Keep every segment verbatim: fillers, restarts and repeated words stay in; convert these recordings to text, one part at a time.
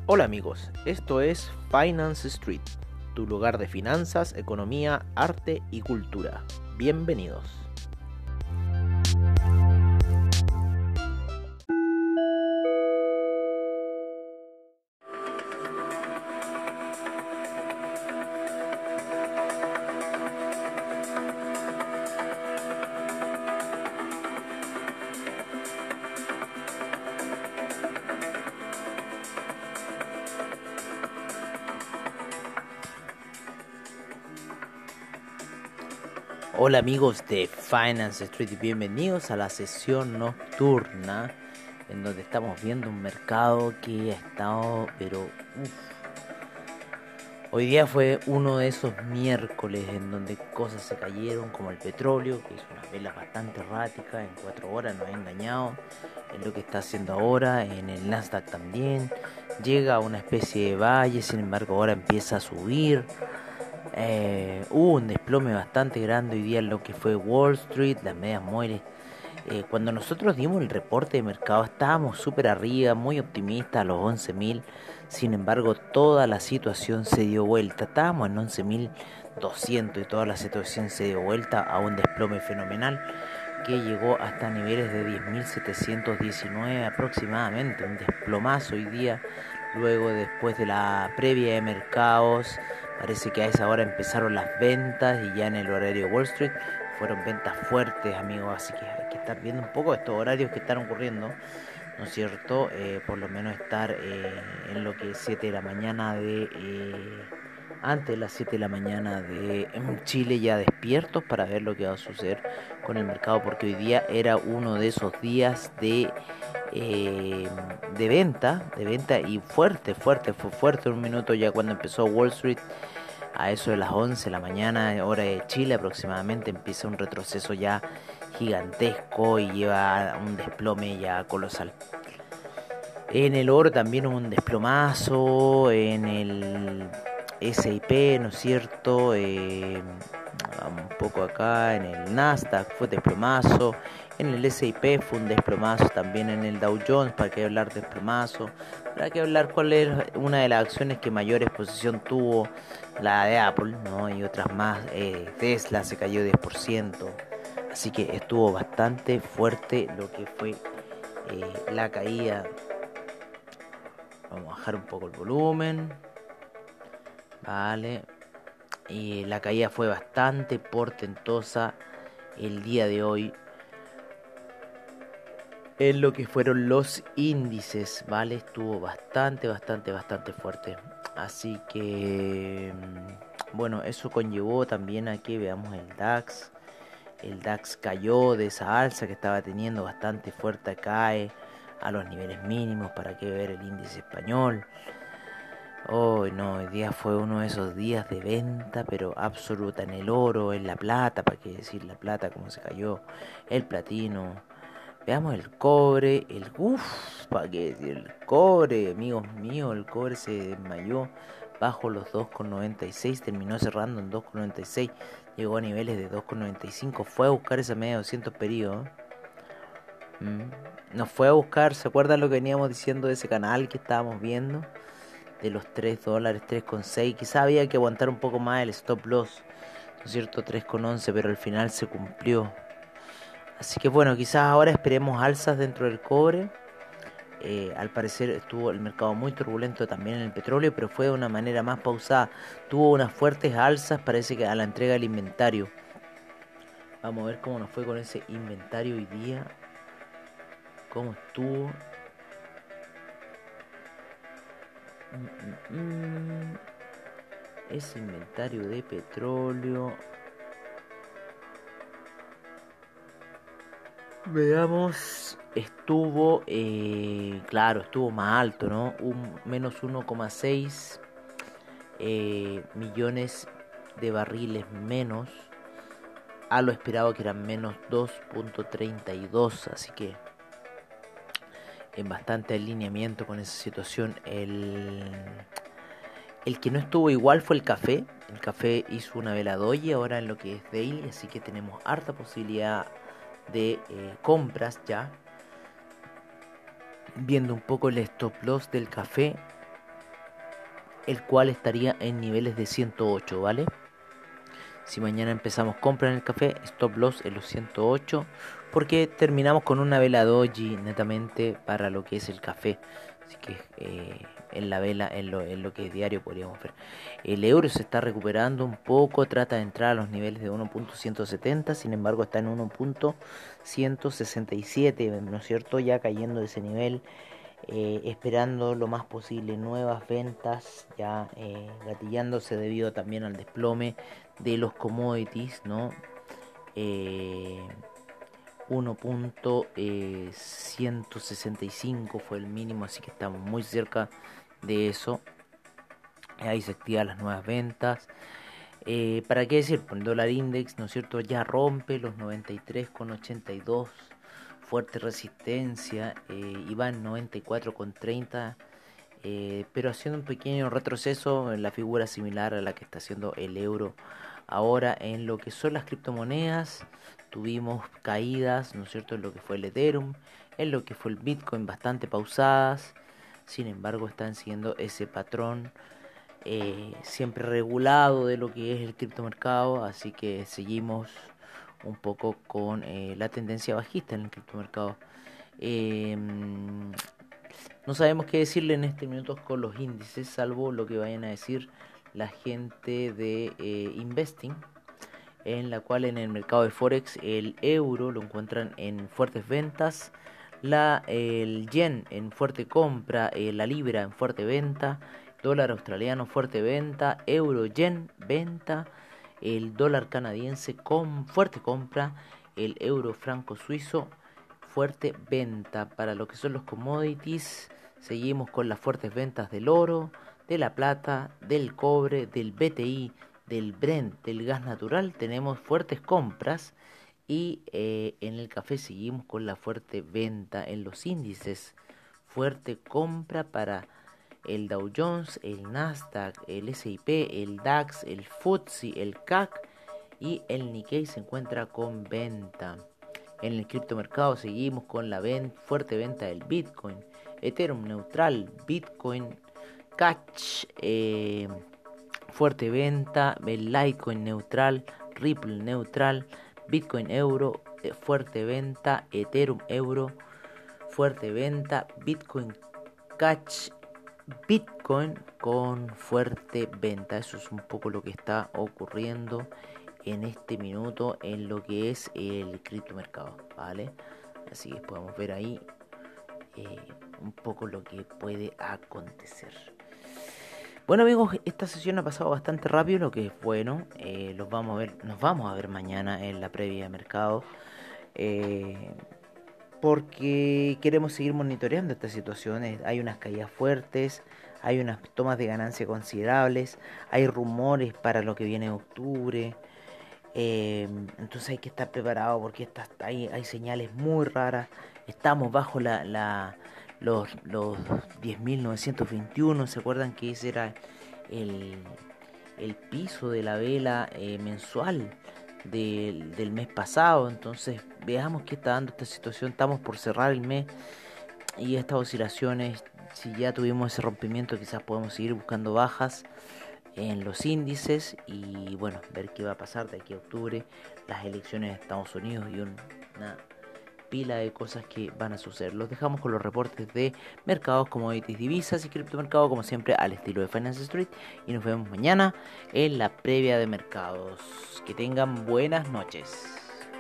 Hola amigos, esto es Finance Street, tu lugar de finanzas, economía, arte y cultura. Bienvenidos. Hola amigos de Finance Street y bienvenidos a la sesión nocturna en donde estamos viendo un mercado que ha estado, pero uf. Hoy día fue uno de esos miércoles en donde cosas se cayeron como el petróleo, que hizo una vela bastante errática, en cuatro horas nos ha engañado, en lo que está haciendo ahora, en el Nasdaq también, llega a una especie de valle, sin embargo ahora empieza a subir. Eh, hubo un desplome bastante grande hoy día en lo que fue Wall Street, las medias móviles. Eh, cuando nosotros dimos el reporte de mercado estábamos súper arriba, muy optimistas a los once mil. Sin embargo, toda la situación se dio vuelta. Estábamos en once mil doscientos y toda la situación se dio vuelta a un desplome fenomenal que llegó hasta niveles de diez mil setecientos diecinueve aproximadamente. Un desplomazo hoy día, luego después de la previa de mercados. Parece que a esa hora empezaron las ventas y ya en el horario de Wall Street fueron ventas fuertes, amigos, así que hay que estar viendo un poco estos horarios que están ocurriendo, ¿no es cierto? Eh, por lo menos estar eh, en lo que es siete de la mañana de... Eh, antes de las siete de la mañana de Chile ya despiertos para ver lo que va a suceder con el mercado, porque hoy día era uno de esos días de... Eh, de venta, de venta y fuerte, fuerte, fue fuerte un minuto ya cuando empezó Wall Street. A eso de las once de la mañana, hora de Chile aproximadamente, empieza un retroceso ya gigantesco y lleva un desplome ya colosal. En el oro también hubo un desplomazo, en el S y P, ¿no es cierto? Eh, un poco acá, en el Nasdaq fue desplomazo, en el S y P fue un desplomazo, también en el Dow Jones, para qué hablar de desplomazo, para qué hablar cuál es una de las acciones que mayor exposición tuvo, la de Apple, ¿no? Y otras más, eh, Tesla se cayó diez por ciento, así que estuvo bastante fuerte lo que fue eh, la caída. Vamos a bajar un poco el volumen. Vale. Y la caída fue bastante portentosa el día de hoy en lo que fueron los índices, ¿vale? Estuvo bastante, bastante, bastante fuerte. Así que, bueno, eso conllevó también a que veamos el DAX. El DAX cayó de esa alza que estaba teniendo bastante fuerte, cae a los niveles mínimos. Para qué ver el índice español. Hoy oh, no, hoy día fue uno de esos días de venta, pero absoluta, en el oro, en la plata, para qué decir la plata, cómo se cayó, el platino. Veamos el cobre, el uff, para qué decir el cobre, amigos míos, el cobre se desmayó bajo los dos con noventa y seis, terminó cerrando en dos con noventa y seis, llegó a niveles de dos con noventa y cinco, fue a buscar esa media de doscientos periodos. ¿Mm? Nos fue a buscar, ¿se acuerdan lo que veníamos diciendo de ese canal que estábamos viendo? De los tres dólares, tres con seis, quizá había que aguantar un poco más el stop loss, ¿no es cierto? tres con once, pero al final se cumplió. Así que bueno, quizás ahora esperemos alzas dentro del cobre. Eh, al parecer estuvo el mercado muy turbulento también en el petróleo, pero fue de una manera más pausada. Tuvo unas fuertes alzas, parece que a la entrega del inventario. Vamos a ver cómo nos fue con ese inventario hoy día. Cómo estuvo. Mm, mm, mm. Ese inventario de petróleo. Veamos, estuvo, eh, claro, estuvo más alto, ¿no? Un menos uno coma seis eh, millones de barriles menos a lo esperado, que eran menos dos punto treinta y dos, así que en bastante alineamiento con esa situación. El, el que no estuvo igual fue el café. El café hizo una vela doji ahora en lo que es daily, así que tenemos harta posibilidad de eh, compras ya. Viendo un poco el stop loss del café, el cual estaría en niveles de ciento ocho, ¿vale? Si mañana empezamos compra en el café, stop loss en los ciento ocho, porque terminamos con una vela doji netamente para lo que es el café. Así que eh, en la vela, en lo, en lo que es diario podríamos ver. El euro se está recuperando un poco, trata de entrar a los niveles de uno punto ciento setenta, sin embargo está en uno punto ciento sesenta y siete, ¿no es cierto? Ya cayendo de ese nivel. Eh, esperando lo más posible nuevas ventas, ya eh, gatillándose debido también al desplome de los commodities, ¿no? Eh, uno punto ciento sesenta y cinco fue el mínimo, así que estamos muy cerca de eso. Ahí se activan las nuevas ventas. Eh, ¿Para qué decir? Pues el dólar index, ¿no es cierto? Ya rompe los noventa y tres con ochenta y dos. Fuerte resistencia, eh, y va en noventa y cuatro con treinta, eh, pero haciendo un pequeño retroceso en la figura similar a la que está haciendo el euro. Ahora en lo que son las criptomonedas tuvimos caídas, ¿no es cierto?, en lo que fue el Ethereum, en lo que fue el Bitcoin, bastante pausadas. Sin embargo están siguiendo ese patrón eh, siempre regulado de lo que es el criptomercado, así que seguimos un poco con eh, la tendencia bajista en el criptomercado. Eh, no sabemos qué decirle en este minuto con los índices, salvo lo que vayan a decir la gente de eh, Investing, en la cual en el mercado de Forex el euro lo encuentran en fuertes ventas, la, el yen en fuerte compra, eh, la libra en fuerte venta, dólar australiano fuerte venta, euro yen venta, el dólar canadiense con fuerte compra, el euro franco suizo fuerte venta. Para lo que son los commodities, seguimos con las fuertes ventas del oro, de la plata, del cobre, del B T I, del Brent, del gas natural. Tenemos fuertes compras y eh, en el café seguimos con la fuerte venta. En los índices, fuerte compra para el Dow Jones, el Nasdaq, el S y P, el DAX, el F T S E, el C A C, y el Nikkei se encuentra con venta. En el criptomercado seguimos con la ven- fuerte venta del Bitcoin, Ethereum neutral, Bitcoin Cash, eh, fuerte venta, el Litecoin neutral, Ripple neutral, Bitcoin euro, eh, fuerte venta, Ethereum euro, fuerte venta, Bitcoin Cash, Bitcoin con fuerte venta. Eso es un poco lo que está ocurriendo en este minuto en lo que es el criptomercado, ¿vale? Así que podemos ver ahí eh, un poco lo que puede acontecer. Bueno amigos, esta sesión ha pasado bastante rápido, lo que es bueno. Eh, los vamos a ver, nos vamos a ver mañana en la previa de mercado. Eh, porque queremos seguir monitoreando estas situaciones. Hay unas caídas fuertes, hay unas tomas de ganancia considerables, hay rumores para lo que viene en octubre. Eh, entonces hay que estar preparado porque estas, hay, hay señales muy raras. Estamos bajo la, la, los, los diez mil novecientos veintiuno. ¿Se acuerdan que ese era el, el piso de la vela eh, mensual del, del mes pasado? Entonces veamos qué está dando esta situación. Estamos por cerrar el mes y estas oscilaciones, si ya tuvimos ese rompimiento, quizás podemos seguir buscando bajas en los índices y bueno, ver qué va a pasar de aquí a octubre, las elecciones de Estados Unidos y una pila de cosas que van a suceder. Los dejamos con los reportes de mercados, commodities, divisas y criptomercado, como siempre al estilo de Finance Street, y nos vemos mañana en la previa de mercados. Que tengan buenas noches.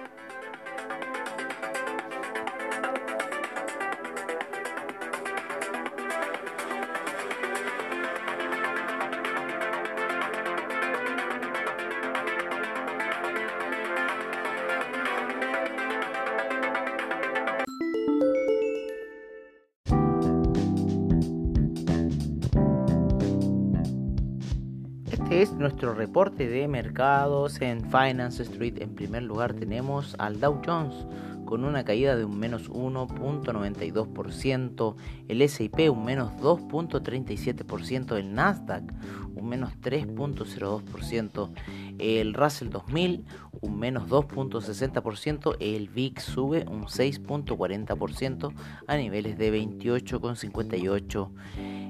Este es nuestro reporte de mercados en Finance Street. En primer lugar tenemos al Dow Jones con una caída de un menos uno punto noventa y dos por ciento, el S y P un menos dos punto treinta y siete por ciento, el Nasdaq un menos tres punto cero dos por ciento, el Russell dos mil un menos dos punto sesenta por ciento, el V I X sube un seis punto cuarenta por ciento a niveles de veintiocho punto cincuenta y ocho.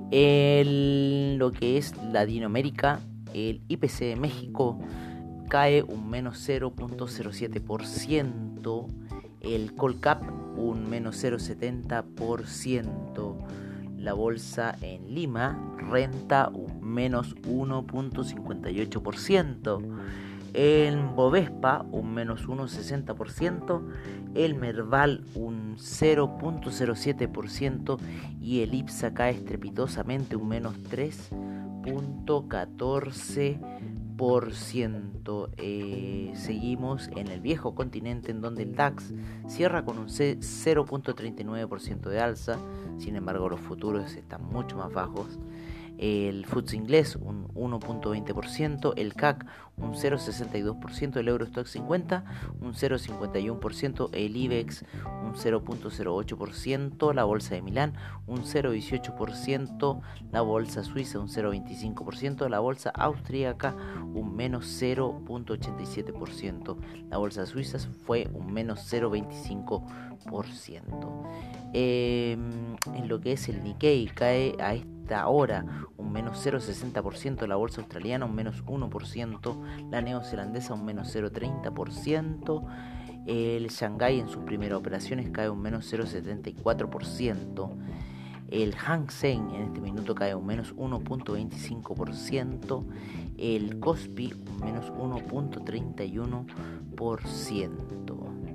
En lo que es Latinoamérica, el I P C de México cae un menos cero punto cero siete por ciento, el Colcap un menos cero punto setenta por ciento, la bolsa en Lima renta un menos uno punto cincuenta y ocho por ciento, en Bovespa un menos uno punto sesenta por ciento, el Merval un cero punto cero siete por ciento y el IPSA cae estrepitosamente un menos tres punto catorce por ciento. Eh, seguimos en el viejo continente, en donde el DAX cierra con un cero punto treinta y nueve por ciento de alza. Sin embargo, los futuros están mucho más bajos. El F T S E inglés un uno punto veinte por ciento, el C A C un cero punto sesenta y dos por ciento, el Eurostoxx cincuenta un cero punto cincuenta y uno por ciento, el IBEX un cero punto cero ocho por ciento, la bolsa de Milán un cero punto dieciocho por ciento, la bolsa suiza un cero punto veinticinco por ciento, la bolsa austríaca un menos cero punto ochenta y siete por ciento, la bolsa suiza fue un menos cero punto veinticinco por ciento. Eh, en lo que es el Nikkei cae a esta hora un menos cero punto sesenta por ciento, la bolsa australiana un menos uno por ciento, la neozelandesa un menos cero punto treinta por ciento, el Shanghái en sus primeras operaciones cae un menos cero punto setenta y cuatro por ciento, el Hang Seng en este minuto cae un menos uno punto veinticinco por ciento, el Kospi un menos uno punto treinta y uno por ciento.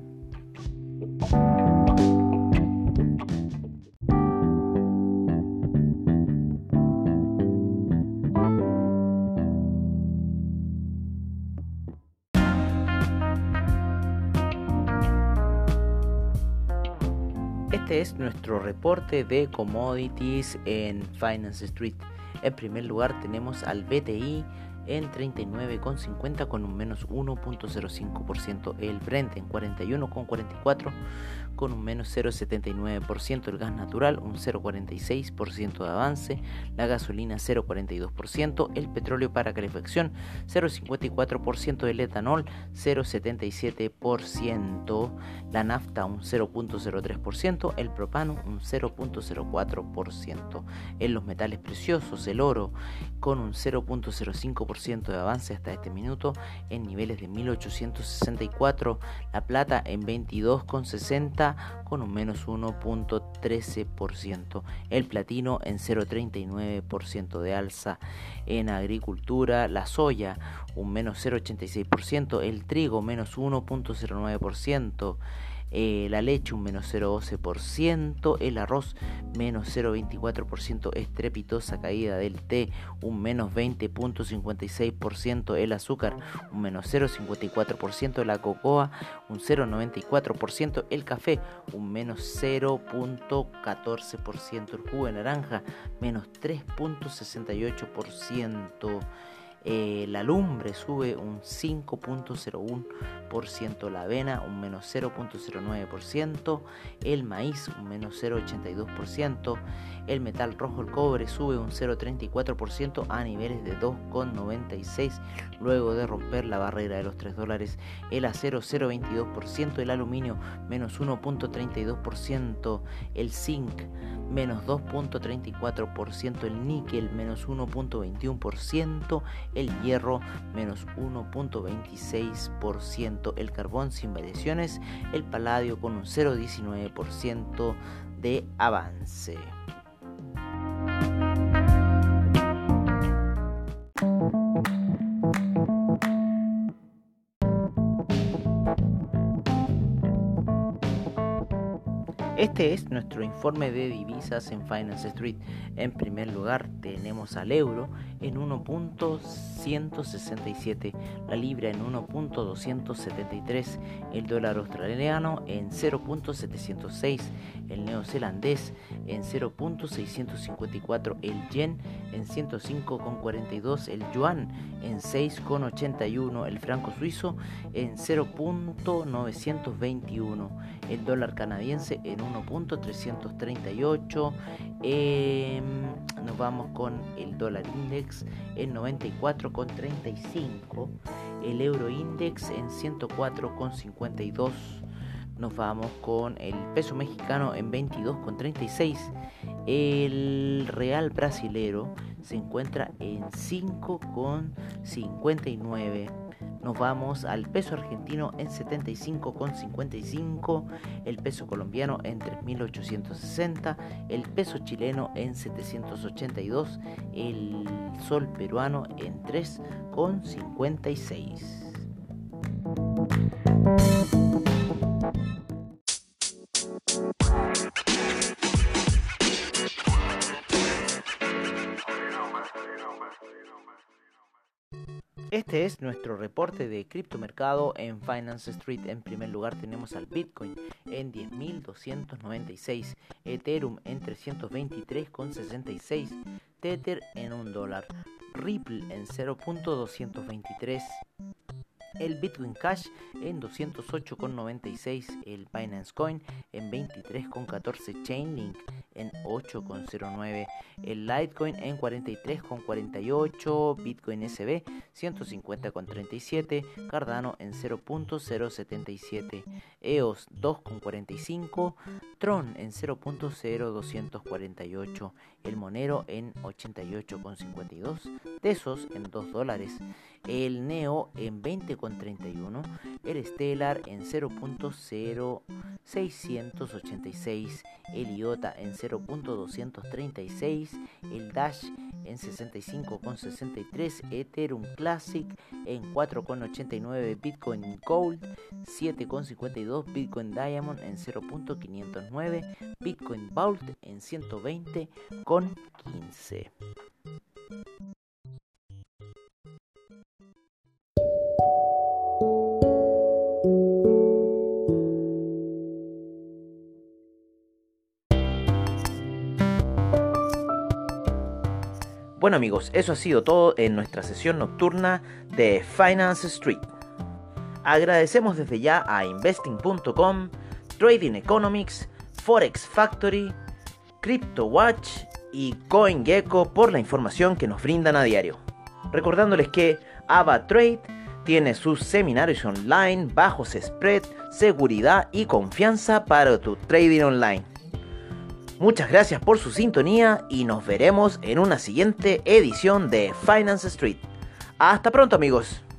Este es nuestro reporte de commodities en Finance Street. En primer lugar tenemos al B T I en treinta y nueve con cincuenta con un menos uno punto cero cinco por ciento, el Brent en cuarenta y uno con cuarenta y cuatro con un menos cero punto setenta y nueve por ciento, el gas natural un cero punto cuarenta y seis por ciento de avance, la gasolina cero punto cuarenta y dos por ciento, el petróleo para calefacción cero punto cincuenta y cuatro por ciento, el etanol cero punto setenta y siete por ciento, la nafta un cero punto cero tres por ciento, el propano un cero punto cero cuatro por ciento. En los metales preciosos, el oro con un cero punto cero cinco por ciento de avance hasta este minuto en niveles de mil ochocientos sesenta y cuatro, la plata en veintidós con sesenta con un menos uno punto trece por ciento, el platino en cero punto treinta y nueve por ciento de alza. En agricultura, la soya un menos cero punto ochenta y seis por ciento, el trigo menos uno punto cero nueve por ciento, Eh, la leche un menos cero punto doce por ciento, el arroz menos cero punto veinticuatro por ciento, estrepitosa caída del té un menos veinte punto cincuenta y seis por ciento, el azúcar un menos cero punto cincuenta y cuatro por ciento, la cocoa un cero punto noventa y cuatro por ciento, el café un menos cero punto catorce por ciento, el jugo de naranja menos tres punto sesenta y ocho por ciento. Eh, la lumbre sube un cinco punto cero uno por ciento, la avena un menos cero punto cero nueve por ciento, el maíz un menos cero punto ochenta y dos por ciento, el metal rojo, el cobre, sube un cero punto treinta y cuatro por ciento a niveles de dos punto noventa y seis luego de romper la barrera de los tres dólares, el acero cero punto veintidós por ciento, el aluminio menos uno punto treinta y dos por ciento, el zinc menos dos punto treinta y cuatro por ciento, el níquel menos uno punto veintiuno por ciento, el hierro menos uno punto veintiséis por ciento, el carbón sin variaciones, el paladio con un cero punto diecinueve por ciento de avance. Este es nuestro informe de divisas en Finance Street. En primer lugar tenemos al euro en uno punto ciento sesenta y siete, la libra en uno punto doscientos setenta y tres, el dólar australiano en cero punto setecientos seis, el neozelandés en cero punto seiscientos cincuenta y cuatro, el yen en ciento cinco con cuarenta y dos, el yuan en seis con ochenta y uno, el franco suizo en cero punto novecientos veintiuno, el dólar canadiense en uno punto trescientos treinta y ocho. Eh, nos vamos con el dólar index en noventa y cuatro con treinta y cinco, el euro index en ciento cuatro con cincuenta y dos, nos vamos con el peso mexicano en veintidós con treinta y seis. El real brasilero se encuentra en cinco con cincuenta y nueve. Nos vamos al peso argentino en setenta y cinco con cincuenta y cinco, el peso colombiano en tres mil ochocientos sesenta, el peso chileno en setecientos ochenta y dos, el sol peruano en tres con cincuenta y seis. Este es nuestro reporte de criptomercado en Finance Street. En primer lugar tenemos al Bitcoin en diez mil doscientos noventa y seis, Ethereum en trescientos veintitrés con sesenta y seis, Tether en un dólar, Ripple en cero punto doscientos veintitrés, el Bitcoin Cash en doscientos ocho con noventa y seis, el Binance Coin en veintitrés con catorce, Chainlink en ocho con cero nueve, el Litecoin en cuarenta y tres con cuarenta y ocho, Bitcoin S B ciento cincuenta con treinta y siete, Cardano en cero punto cero setenta y siete, E O S dos con cuarenta y cinco, Tron en cero punto cero doscientos cuarenta y ocho, el Monero en ochenta y ocho con cincuenta y dos, Tesos en dos dólares, el Neo en veinte con treinta y uno, el Stellar en cero punto cero seiscientos ochenta y seis, el I O T A en cero punto doscientos treinta y seis, el Dash en sesenta y cinco con sesenta y tres, Ethereum Classic en cuatro con ochenta y nueve, Bitcoin Gold siete con cincuenta y dos, Bitcoin Diamond en cero punto quinientos nueve, Bitcoin Vault en ciento veinte con quince. Bueno amigos, eso ha sido todo en nuestra sesión nocturna de Finance Street. Agradecemos desde ya a Investing punto com, Trading Economics, Forex Factory, CryptoWatch y CoinGecko por la información que nos brindan a diario. Recordándoles que AvaTrade tiene sus seminarios online, bajos spread, seguridad y confianza para tu trading online. Muchas gracias por su sintonía y nos veremos en una siguiente edición de Finance Street. Hasta pronto amigos.